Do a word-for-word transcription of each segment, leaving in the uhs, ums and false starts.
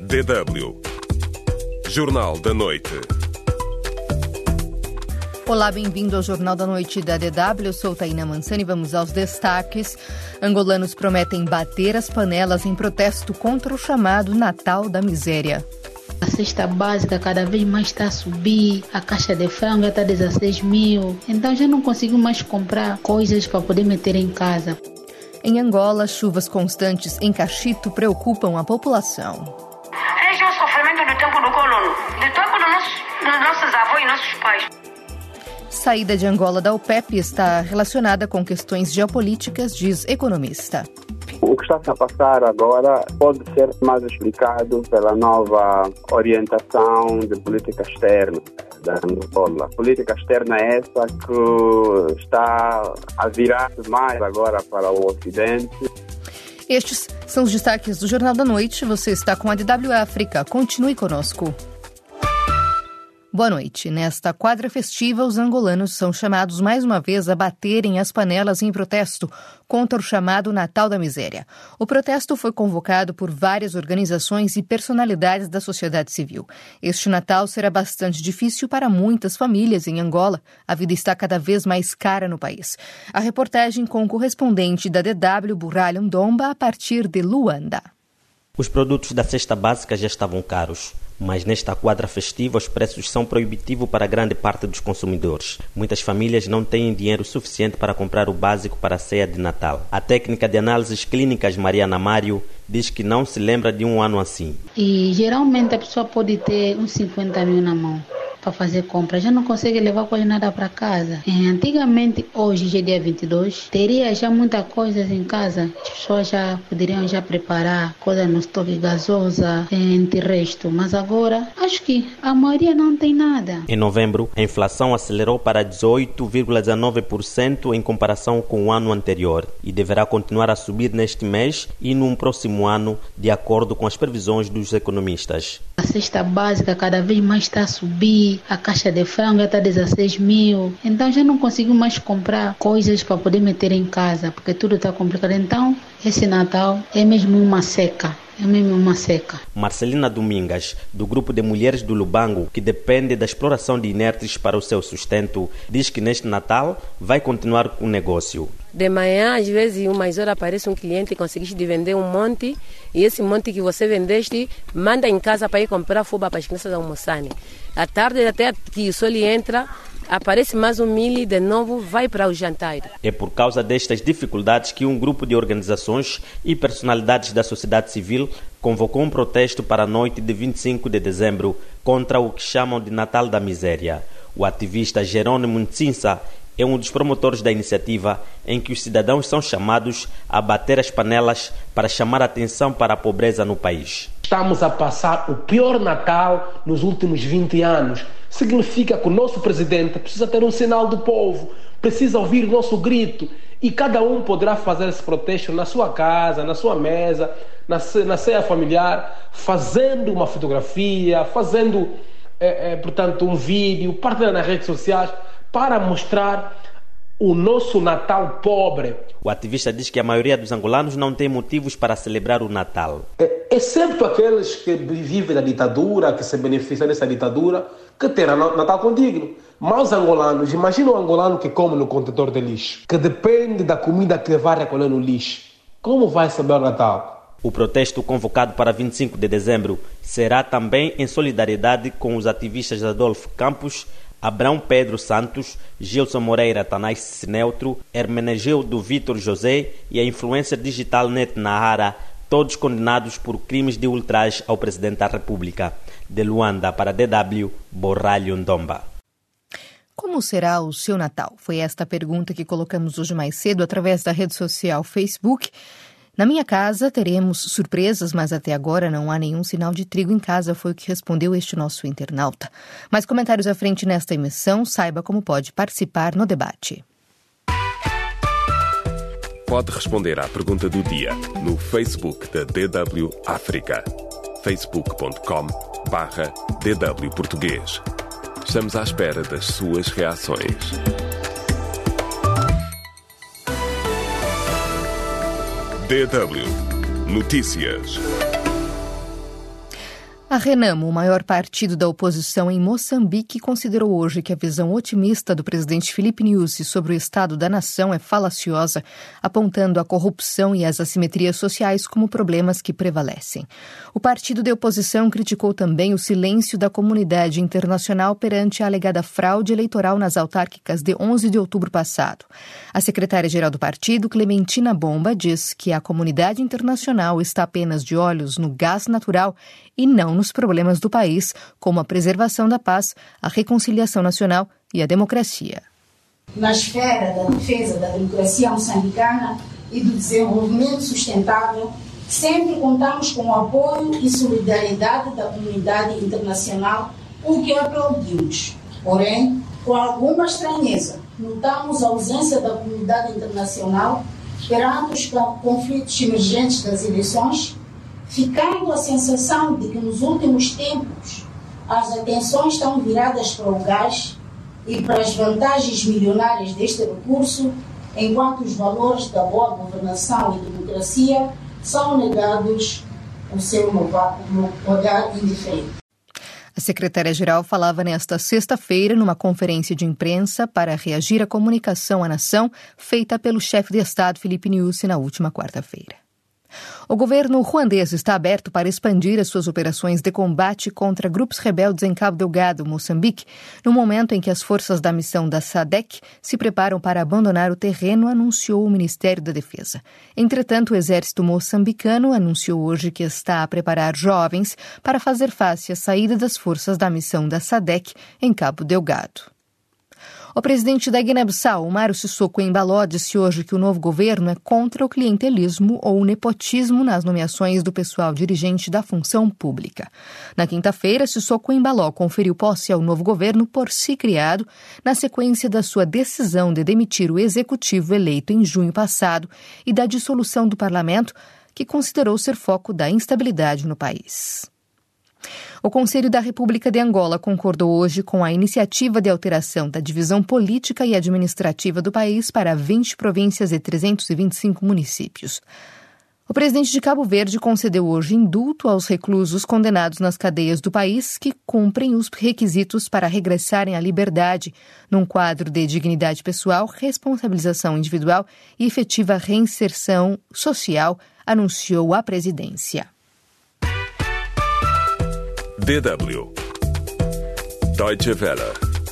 D W Jornal da Noite. Olá, bem-vindo ao Jornal da Noite da D W. Eu sou Taina Mansani e vamos aos destaques. Angolanos prometem bater as panelas em protesto contra o chamado Natal da Miséria. A cesta básica cada vez mais está a subir, a caixa de frango já está a dezesseis mil, então já não consigo mais comprar coisas para poder meter em casa. Em Angola, chuvas constantes em Cachito preocupam a população. Veja o sofrimento do tempo do colono, do tempo dos nossos, dos nossos avós e nossos pais. Saída de Angola da OPEP está relacionada com questões geopolíticas, diz economista. O que está a passar agora pode ser mais explicado pela nova orientação de política externa da Angola. A política externa é essa que está a virar-se mais agora para o Ocidente. Estes são os destaques do Jornal da Noite. Você está com a D W África. Continue conosco. Boa noite. Nesta quadra festiva, os angolanos são chamados mais uma vez a baterem as panelas em protesto contra o chamado Natal da Miséria. O protesto foi convocado por várias organizações e personalidades da sociedade civil. Este Natal será bastante difícil para muitas famílias em Angola. A vida está cada vez mais cara no país. A reportagem com o correspondente da D W, Borralho Ndomba, a partir de Luanda. Os produtos da cesta básica já estavam caros, mas nesta quadra festiva os preços são proibitivos para grande parte dos consumidores. Muitas famílias não têm dinheiro suficiente para comprar o básico para a ceia de Natal. A técnica de análises clínicas Mariana Mário diz que não se lembra de um ano assim. E geralmente a pessoa pode ter uns cinquenta mil na mão para fazer compra, já não consegue levar quase nada para casa. E antigamente, hoje, já é dia vinte e dois, teria já muita coisa em casa, as pessoas já poderiam já preparar coisa no estoque gasosa, entre resto, mas agora acho que a maioria não tem nada. Em novembro, a inflação acelerou para dezoito vírgula dezenove por cento em comparação com o ano anterior e deverá continuar a subir neste mês e num próximo ano, de acordo com as previsões dos economistas. A cesta básica cada vez mais está a subir, a caixa de frango já está a dezesseis mil, então já não consigo mais comprar coisas para poder meter em casa, porque tudo está complicado. Então, esse Natal é mesmo uma seca. É mesmo uma seca. Marcelina Domingas, do grupo de mulheres do Lubango, que depende da exploração de inertes para o seu sustento, diz que neste Natal vai continuar com o negócio. De manhã, às vezes, umas horas aparece um cliente e conseguiste de vender um monte, e esse monte que você vendeste, manda em casa para ir comprar fuba para as crianças almoçarem. À tarde, até que o sol entra, aparece mais um milho e de novo vai para o jantar. É por causa destas dificuldades que um grupo de organizações e personalidades da sociedade civil convocou um protesto para a noite de vinte e cinco de dezembro contra o que chamam de Natal da Miséria. O ativista Jerônimo Ntsinsa é um dos promotores da iniciativa, em que os cidadãos são chamados a bater as panelas para chamar a atenção para a pobreza no país. Estamos a passar o pior Natal nos últimos vinte anos. Significa que o nosso presidente precisa ter um sinal do povo, precisa ouvir o nosso grito, e cada um poderá fazer esse protesto na sua casa, na sua mesa, na, na ceia familiar, fazendo uma fotografia, fazendo, é, é, portanto, um vídeo, partilhando nas redes sociais, para mostrar o nosso Natal pobre. O ativista diz que a maioria dos angolanos não tem motivos para celebrar o Natal. É, exceto aqueles que vivem da ditadura, que se beneficiam dessa ditadura, que terão Natal condigno. Mas os angolanos, imagina um angolano que come no contentor de lixo, que depende da comida que vai recolher no lixo. Como vai celebrar o Natal? O protesto convocado para vinte e cinco de dezembro será também em solidariedade com os ativistas Adolfo Campos, Abrão Pedro Santos, Gilson Moreira Tanais Neutro, Hermenegildo Vitor José e a influencer digital Net Nahara, todos condenados por crimes de ultraje ao Presidente da República. De Luanda para D W, Borralho Ndomba. Como será o seu Natal? Foi esta a pergunta que colocamos hoje mais cedo através da rede social Facebook. Na minha casa teremos surpresas, mas até agora não há nenhum sinal de trigo em casa, foi o que respondeu este nosso internauta. Mais comentários à frente nesta emissão, saiba como pode participar no debate. Pode responder à pergunta do dia no Facebook da D W África. facebook ponto com barra D W Português. Estamos à espera das suas reações. D W Notícias. A Renamo, o maior partido da oposição em Moçambique, considerou hoje que a visão otimista do presidente Filipe Nyusi sobre o estado da nação é falaciosa, apontando a corrupção e as assimetrias sociais como problemas que prevalecem. O partido de oposição criticou também o silêncio da comunidade internacional perante a alegada fraude eleitoral nas autárquicas de onze de outubro passado. A secretária-geral do partido, Clementina Bomba, diz que a comunidade internacional está apenas de olhos no gás natural e não nos problemas do país, como a preservação da paz, a reconciliação nacional e a democracia. Na esfera da defesa da democracia moçambicana e do desenvolvimento sustentável, sempre contamos com o apoio e solidariedade da comunidade internacional, o que aplaudimos. Porém, com alguma estranheza, notamos a ausência da comunidade internacional perante os conflitos emergentes das eleições, ficando a sensação de que nos últimos tempos as atenções estão viradas para o gás e para as vantagens milionárias deste recurso, enquanto os valores da boa governação e democracia são negados o seu olhar indiferente. A secretária-geral falava nesta sexta-feira numa conferência de imprensa para reagir à comunicação à nação feita pelo chefe de Estado Filipe Nyusi na última quarta-feira. O governo ruandês está aberto para expandir as suas operações de combate contra grupos rebeldes em Cabo Delgado, Moçambique, no momento em que as forças da missão da S A D C se preparam para abandonar o terreno, anunciou o Ministério da Defesa. Entretanto, o exército moçambicano anunciou hoje que está a preparar jovens para fazer face à saída das forças da missão da S A D C em Cabo Delgado. O presidente da Guiné-Bissau, Umaro Sissoko Embaló, disse hoje que o novo governo é contra o clientelismo ou o nepotismo nas nomeações do pessoal dirigente da função pública. Na quinta-feira, Sissoko Embaló conferiu posse ao novo governo por si criado, na sequência da sua decisão de demitir o executivo eleito em junho passado e da dissolução do parlamento, que considerou ser foco da instabilidade no país. O Conselho da República de Angola concordou hoje com a iniciativa de alteração da divisão política e administrativa do país para vinte províncias e trezentos e vinte e cinco municípios. O presidente de Cabo Verde concedeu hoje indulto aos reclusos condenados nas cadeias do país que cumprem os requisitos para regressarem à liberdade, num quadro de dignidade pessoal, responsabilização individual e efetiva reinserção social, anunciou a presidência. D W Deutsche Welle.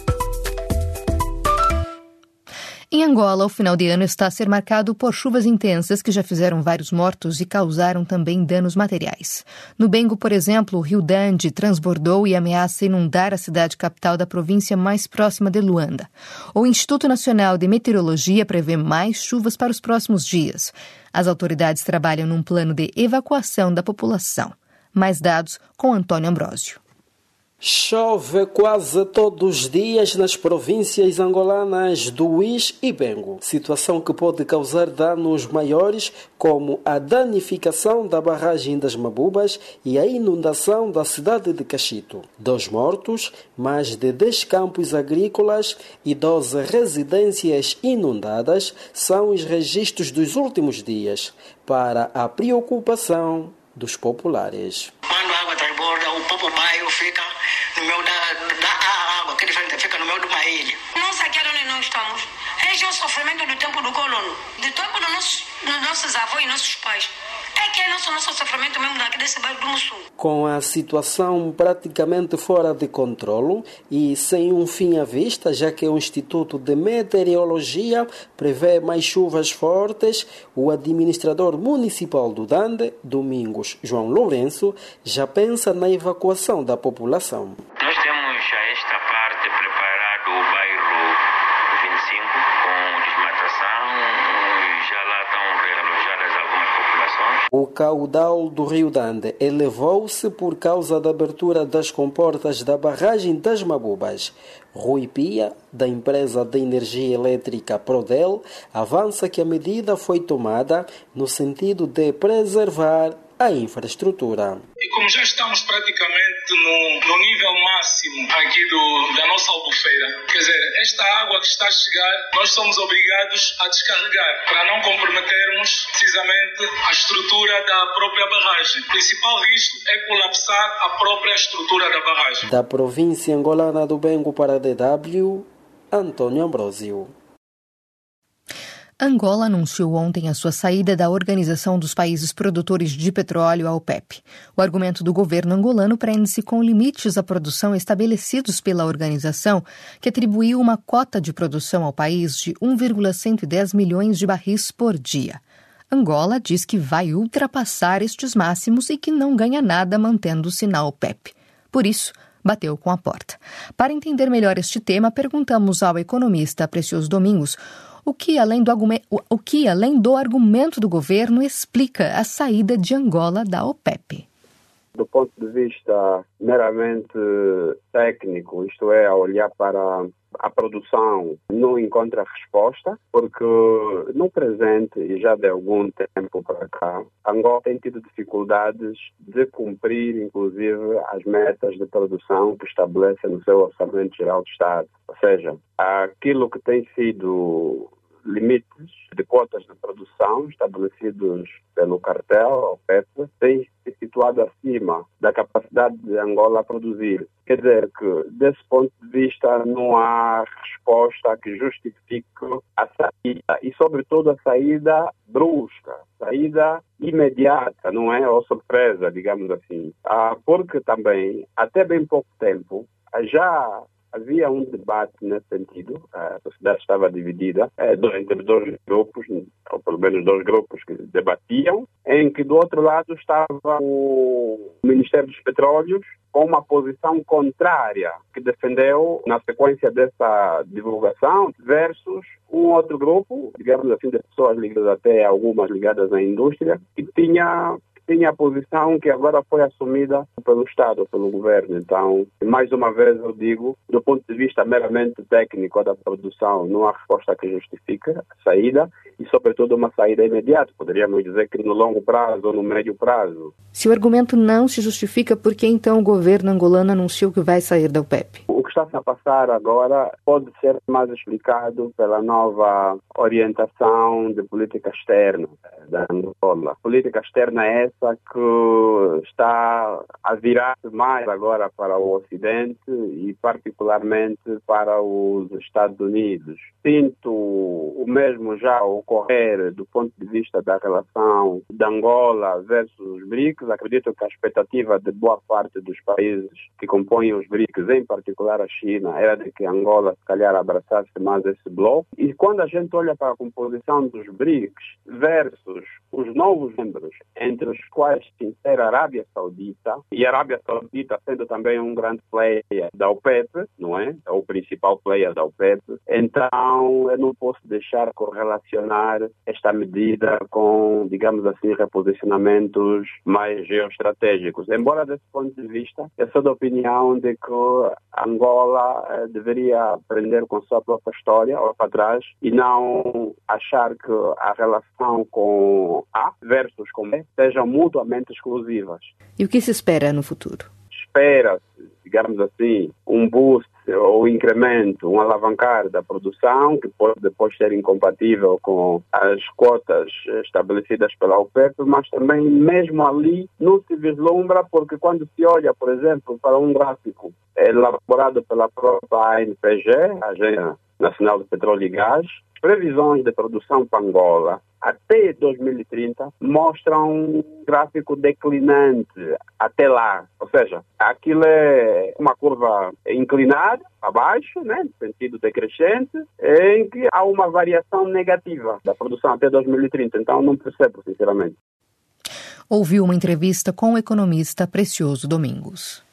Em Angola, o final de ano está a ser marcado por chuvas intensas que já fizeram vários mortos e causaram também danos materiais. No Bengo, por exemplo, o rio Dande transbordou e ameaça inundar a cidade capital da província mais próxima de Luanda. O Instituto Nacional de Meteorologia prevê mais chuvas para os próximos dias. As autoridades trabalham num plano de evacuação da população. Mais dados com Antônio Ambrósio. Chove quase todos os dias nas províncias angolanas do Uís e Bengo, situação que pode causar danos maiores, como a danificação da barragem das Mabubas e a inundação da cidade de Cachito. Dois mortos, mais de dez campos agrícolas e doze residências inundadas são os registros dos últimos dias, para a preocupação dos populares. Quando a água transborda, o povo bairro fica no meio da, da água, que diferente, fica no meio de uma ilha. Nós aqui onde nós estamos, é o sofrimento do tempo do colono, do tempo dos nossos, dos nossos avós e nossos pais. É que é nosso, nosso sofrimento mesmo daqui desse bairro do Sul. Com a situação praticamente fora de controlo e sem um fim à vista, já que o Instituto de Meteorologia prevê mais chuvas fortes, o administrador municipal do Dande, Domingos João Lourenço, já pensa na evacuação da população. Nós temos a esta parte preparado o bairro vinte e cinco com desmatação, já lá estão realojadas algumas populações. O caudal do rio Dande elevou-se por causa da abertura das comportas da barragem das Mabubas. Rui Pia, da empresa de energia elétrica Prodel, avança que a medida foi tomada no sentido de preservar a infraestrutura. E como já estamos praticamente no, no nível máximo aqui do, da nossa albufeira, quer dizer, esta água que está a chegar, nós somos obrigados a descarregar para não comprometermos precisamente a estrutura da própria barragem. O principal risco é colapsar a própria estrutura da barragem. Da província angolana do Bengo para a D W, Antônio Ambrosio. Angola anunciou ontem a sua saída da Organização dos Países Produtores de Petróleo, a OPEP. O argumento do governo angolano prende-se com limites à produção estabelecidos pela organização, que atribuiu uma cota de produção ao país de um vírgula cento e dez milhões de barris por dia. Angola diz que vai ultrapassar estes máximos e que não ganha nada mantendo-se na OPEP. Por isso, bateu com a porta. Para entender melhor este tema, perguntamos ao economista Precioso Domingos o que, além do, o que, além do argumento do governo, explica a saída de Angola da OPEP. Do ponto de vista meramente técnico, isto é, a olhar para a produção, não encontra resposta, porque no presente, e já de algum tempo para cá, Angola tem tido dificuldades de cumprir, inclusive, as metas de produção que estabelece no seu Orçamento Geral do Estado. Ou seja, aquilo que tem sido limites de cotas de produção estabelecidos pelo cartel, OPEP, tem se situado acima da capacidade de Angola a produzir. Quer dizer que, desse ponto de vista, não há resposta que justifique a saída e, sobretudo, a saída brusca, saída imediata, não é? Ou surpresa, digamos assim. Ah, porque também, até bem pouco tempo, já havia um debate nesse sentido, a sociedade estava dividida entre dois grupos, ou pelo menos dois grupos que debatiam, em que do outro lado estava o Ministério dos Petróleos com uma posição contrária, que defendeu na sequência dessa divulgação, versus um outro grupo, digamos assim, de pessoas ligadas até algumas ligadas à indústria, que tinha... tinha a posição que agora foi assumida pelo Estado, pelo governo. Então, mais uma vez eu digo, do ponto de vista meramente técnico da produção, não há resposta que justifique a saída e, sobretudo, uma saída imediata. Poderíamos dizer que no longo prazo ou no médio prazo. Se o argumento não se justifica, por que então o governo angolano anunciou que vai sair da OPEP? O que está a passar agora pode ser mais explicado pela nova orientação de política externa da Angola. Política externa é essa que está a virar mais agora para o Ocidente e particularmente para os Estados Unidos. Sinto o mesmo já ocorrer do ponto de vista da relação de Angola versus os BRICS. Acredito que a expectativa de boa parte dos países que compõem os BRICS, em particular a China, era de que Angola se calhar abraçasse mais esse bloco. E quando a gente olha para a composição dos BRICS versus os novos membros, entre os quais se insere a Arábia Saudita, e a Arábia Saudita sendo também um grande player da OPEP, não é? É o principal player da OPEP. Então, eu não posso deixar de correlacionar esta medida com, digamos assim, reposicionamentos mais geoestratégicos. Embora, desse ponto de vista, eu sou da opinião de que Angola eh, deveria aprender com sua própria história, olhar para trás, e não achar que a relação com A versus com B sejam mutuamente exclusivas. E o que se espera no futuro? Espera-se, digamos assim, um boost ou incremento, um alavancar da produção, que pode depois ser incompatível com as cotas estabelecidas pela OPEP, mas também mesmo ali não se vislumbra, porque quando se olha, por exemplo, para um gráfico elaborado pela própria A N P G, a Agência Nacional de Petróleo e Gás, previsões de produção para Angola até dois mil e trinta mostram um gráfico declinante até lá. Ou seja, aquilo é uma curva inclinada para baixo, né, no sentido decrescente, em que há uma variação negativa da produção até dois mil e trinta. Então, não percebo, sinceramente. Ouviu uma entrevista com o economista Precioso Domingos.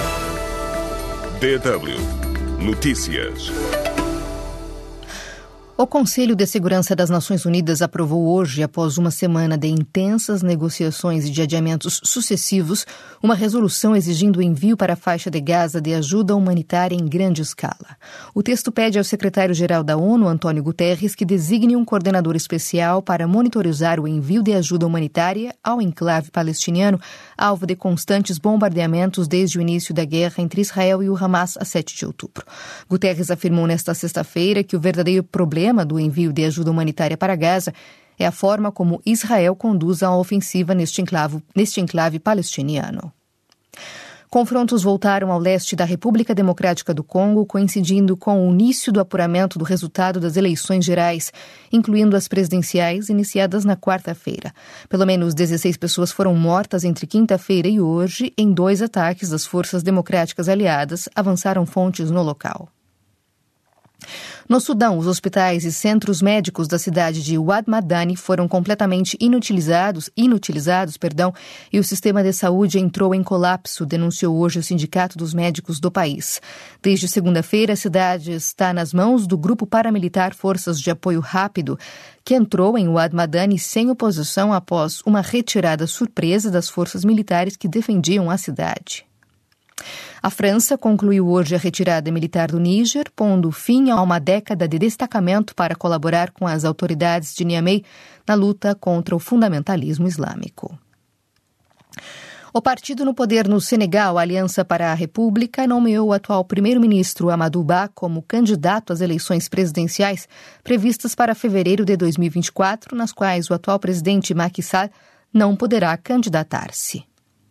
D W Notícias. O Conselho de Segurança das Nações Unidas aprovou hoje, após uma semana de intensas negociações e de adiamentos sucessivos, uma resolução exigindo o envio para a faixa de Gaza de ajuda humanitária em grande escala. O texto pede ao secretário-geral da ONU, Antônio Guterres, que designe um coordenador especial para monitorizar o envio de ajuda humanitária ao enclave palestiniano, alvo de constantes bombardeamentos desde o início da guerra entre Israel e o Hamas a sete de outubro. Guterres afirmou nesta sexta-feira que o verdadeiro problema do envio de ajuda humanitária para Gaza é a forma como Israel conduz a ofensiva neste enclave, neste enclave palestiniano. Confrontos voltaram ao leste da República Democrática do Congo, coincidindo com o início do apuramento do resultado das eleições gerais, incluindo as presidenciais iniciadas na quarta-feira. Pelo menos dezesseis pessoas foram mortas entre quinta-feira e hoje em dois ataques das forças democráticas aliadas, avançaram fontes no local. No Sudão, os hospitais e centros médicos da cidade de Wad Madani foram completamente inutilizados, inutilizados, perdão, e o sistema de saúde entrou em colapso, denunciou hoje o Sindicato dos Médicos do país. Desde segunda-feira, a cidade está nas mãos do grupo paramilitar Forças de Apoio Rápido, que entrou em Wad Madani sem oposição após uma retirada surpresa das forças militares que defendiam a cidade. A França concluiu hoje a retirada militar do Níger, pondo fim a uma década de destacamento para colaborar com as autoridades de Niamey na luta contra o fundamentalismo islâmico. O partido no poder no Senegal, a Aliança para a República, nomeou o atual primeiro-ministro Amadou Ba como candidato às eleições presidenciais previstas para fevereiro de dois mil e vinte e quatro, nas quais o atual presidente Macky Sall não poderá candidatar-se.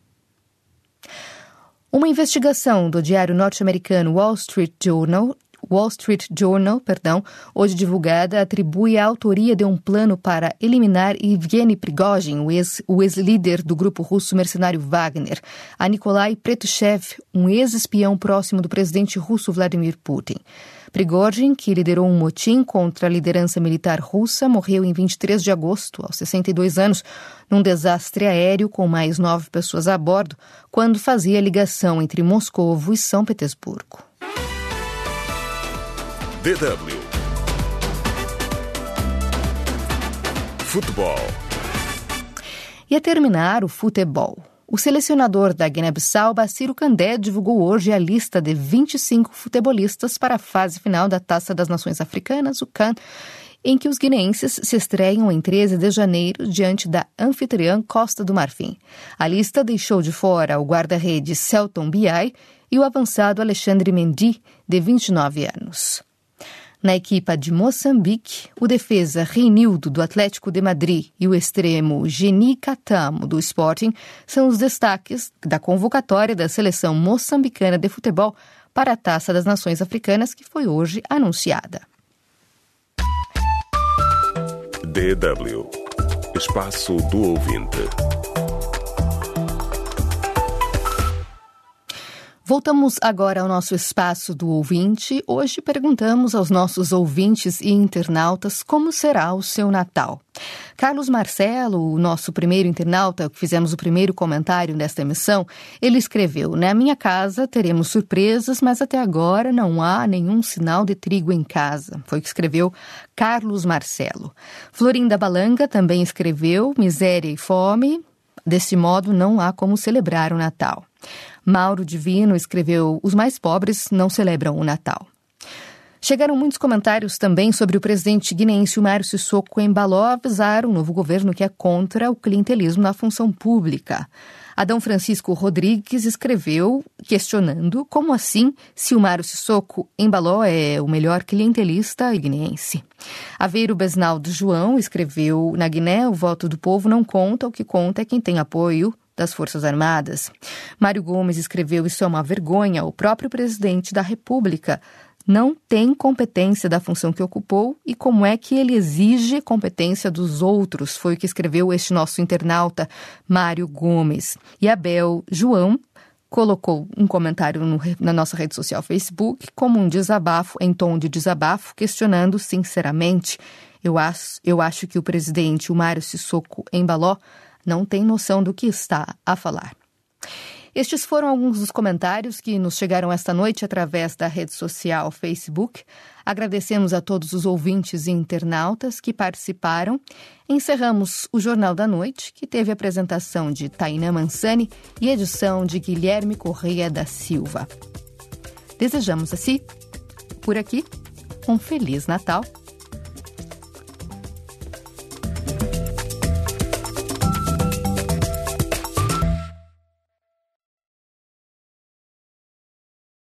Uma investigação do diário norte-americano Wall Street Journal, Wall Street Journal, perdão, hoje divulgada, atribui a autoria de um plano para eliminar Yevgeny Prigozhin, o, ex, o ex-líder do grupo russo mercenário Wagner, a Nikolai Patrushev, um ex-espião próximo do presidente russo Vladimir Putin. Prigozhin, que liderou um motim contra a liderança militar russa, morreu em vinte e três de agosto, aos sessenta e dois anos, num desastre aéreo com mais nove pessoas a bordo, quando fazia ligação entre Moscovo e São Petersburgo. D W Futebol. E a terminar o futebol. O selecionador da Guiné-Bissau, Bassirou Kandé, divulgou hoje a lista de vinte e cinco futebolistas para a fase final da Taça das Nações Africanas, o CAN, em que os guineenses se estreiam em treze de janeiro diante da anfitriã Costa do Marfim. A lista deixou de fora o guarda-redes Selton Biai e o avançado Alexandre Mendy, de vinte e nove anos. Na equipa de Moçambique, o defesa Reinildo, do Atlético de Madrid, e o extremo Geni Catamo, do Sporting, são os destaques da convocatória da seleção moçambicana de futebol para a Taça das Nações Africanas, que foi hoje anunciada. D W Espaço do Ouvinte. Voltamos agora ao nosso espaço do ouvinte. Hoje perguntamos aos nossos ouvintes e internautas como será o seu Natal. Carlos Marcelo, o nosso primeiro internauta, que fizemos o primeiro comentário nesta emissão, ele escreveu: na minha casa teremos surpresas, mas até agora não há nenhum sinal de trigo em casa. Foi o que escreveu Carlos Marcelo. Florinda Balanga também escreveu: miséria e fome, desse modo não há como celebrar o Natal. Mauro Divino escreveu: os mais pobres não celebram o Natal. Chegaram muitos comentários também sobre o presidente guineense Mário Sissoko Embaló avisar o novo governo que é contra o clientelismo na função pública. Adão Francisco Rodrigues escreveu questionando como assim se o Mário Sissoko Embaló é o melhor clientelista guineense. Aveiro Besnaldo João escreveu: na Guiné o voto do povo não conta, o que conta é quem tem apoio das Forças Armadas. Mário Gomes escreveu: isso é uma vergonha, o próprio presidente da República não tem competência da função que ocupou e como é que ele exige competência dos outros, foi o que escreveu este nosso internauta Mário Gomes. E Abel João colocou um comentário no, na nossa rede social Facebook como um desabafo, em tom de desabafo, questionando sinceramente: eu acho, eu acho que o presidente, o Mário Sissoko Embaló, não tem noção do que está a falar. Estes foram alguns dos comentários que nos chegaram esta noite através da rede social Facebook. Agradecemos a todos os ouvintes e internautas que participaram. Encerramos o Jornal da Noite, que teve a apresentação de Tainá Mansani e edição de Guilherme Correia da Silva. Desejamos, assim, por aqui, um Feliz Natal